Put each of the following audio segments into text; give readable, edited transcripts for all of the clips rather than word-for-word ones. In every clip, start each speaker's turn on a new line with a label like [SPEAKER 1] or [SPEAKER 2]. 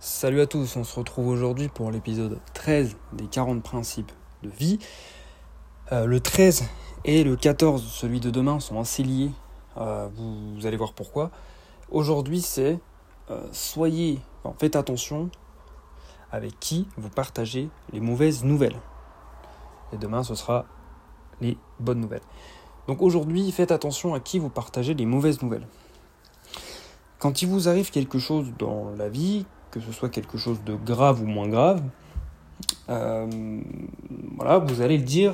[SPEAKER 1] Salut à tous, on se retrouve aujourd'hui pour l'épisode 13 des 40 principes de vie. Le 13 et le 14, celui de demain, sont assez liés, vous allez voir pourquoi. Aujourd'hui c'est faites attention avec qui vous partagez les mauvaises nouvelles. Et demain ce sera les bonnes nouvelles. Donc aujourd'hui, faites attention à qui vous partagez les mauvaises nouvelles. Quand il vous arrive quelque chose dans la vie, que ce soit quelque chose de grave ou moins grave, vous allez le dire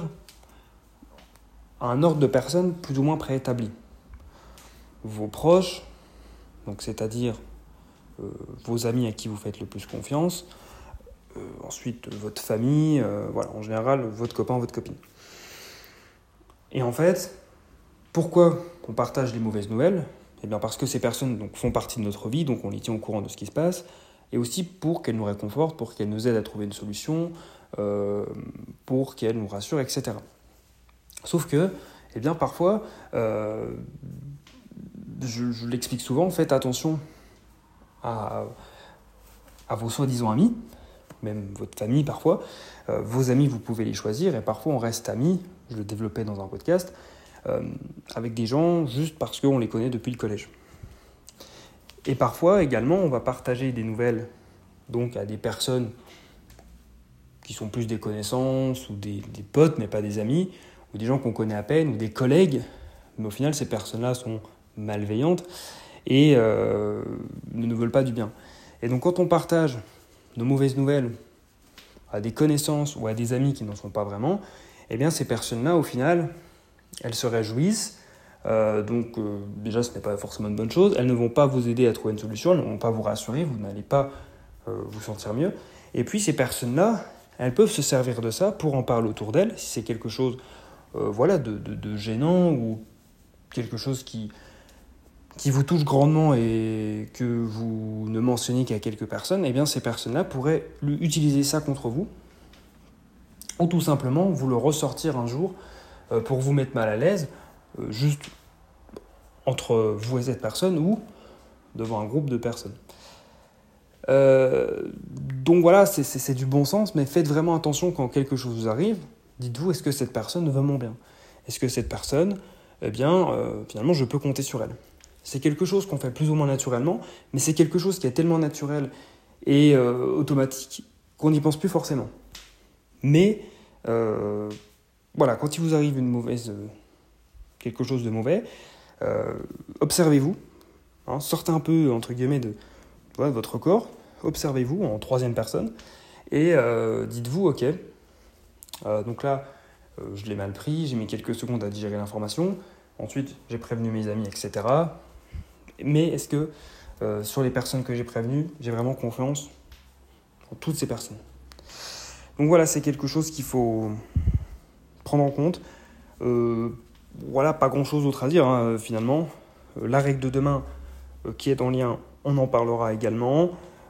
[SPEAKER 1] à un ordre de personnes plus ou moins préétabli. Vos proches, donc c'est-à-dire vos amis à qui vous faites le plus confiance, ensuite votre famille, en général votre copain, votre copine. Et en fait, pourquoi on partage les mauvaises nouvelles ? Eh bien parce que ces personnes font partie de notre vie, donc on les tient au courant de ce qui se passe, et aussi pour qu'elles nous réconfortent, pour qu'elles nous aident à trouver une solution, pour qu'elles nous rassurent, etc. Sauf que, parfois, je l'explique souvent, faites attention à vos soi-disant amis, même votre famille parfois. Vos amis, vous pouvez les choisir, et parfois on reste amis, je le développais dans un podcast, avec des gens juste parce qu'on les connaît depuis le collège. Et parfois également, on va partager des nouvelles donc à des personnes qui sont plus des connaissances ou des potes, mais pas des amis, ou des gens qu'on connaît à peine, ou des collègues. Mais au final, ces personnes-là sont malveillantes et ne nous veulent pas du bien. Et donc quand on partage nos mauvaises nouvelles à des connaissances ou à des amis qui n'en sont pas vraiment, ces personnes-là, au final, elles se réjouissent. Déjà, ce n'est pas forcément une bonne chose. Elles ne vont pas vous aider à trouver une solution, elles ne vont pas vous rassurer, vous n'allez pas vous sentir mieux. Et puis, ces personnes-là, elles peuvent se servir de ça pour en parler autour d'elles. Si c'est quelque chose de gênant ou quelque chose qui vous touche grandement et que vous ne mentionnez qu'à quelques personnes, ces personnes-là pourraient utiliser ça contre vous ou tout simplement vous le ressortir un jour pour vous mettre mal à l'aise, juste entre vous et cette personne ou devant un groupe de personnes. C'est du bon sens, mais faites vraiment attention quand quelque chose vous arrive. Dites-vous, est-ce que cette personne veut mon bien ? Est-ce que cette personne, finalement, je peux compter sur elle ? C'est quelque chose qu'on fait plus ou moins naturellement, mais c'est quelque chose qui est tellement naturel et automatique qu'on n'y pense plus forcément. Mais quand il vous arrive quelque chose de mauvais, observez-vous, sortez un peu entre guillemets de votre corps, observez-vous en troisième personne et dites-vous ok, donc là je l'ai mal pris, j'ai mis quelques secondes à digérer l'information, ensuite j'ai prévenu mes amis, etc. Mais est-ce que sur les personnes que j'ai prévenues, j'ai vraiment confiance en toutes ces personnes ? Donc voilà, c'est quelque chose qu'il faut prendre en compte. Pas grand-chose d'autre à dire finalement. La règle de demain qui est en lien, on en parlera également.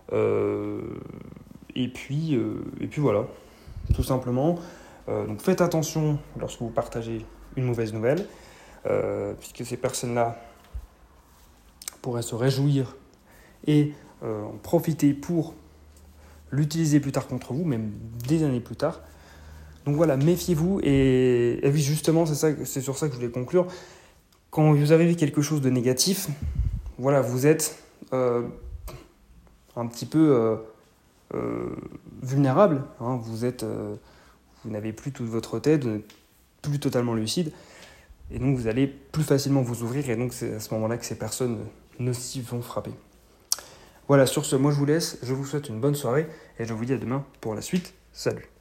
[SPEAKER 1] Et puis voilà, tout simplement. Donc faites attention lorsque vous partagez une mauvaise nouvelle, puisque ces personnes-là pourraient se réjouir et en profiter pour l'utiliser plus tard contre vous, même des années plus tard. Donc voilà, méfiez-vous et oui, justement, c'est sur ça que je voulais conclure. Quand vous arrive quelque chose de négatif, vous êtes un petit peu vulnérable. Vous n'avez plus toute votre tête, vous n'êtes plus totalement lucide. Et donc vous allez plus facilement vous ouvrir et donc c'est à ce moment-là que ces personnes nocives vont frapper. Voilà, sur ce, moi je vous laisse, je vous souhaite une bonne soirée et je vous dis à demain pour la suite. Salut.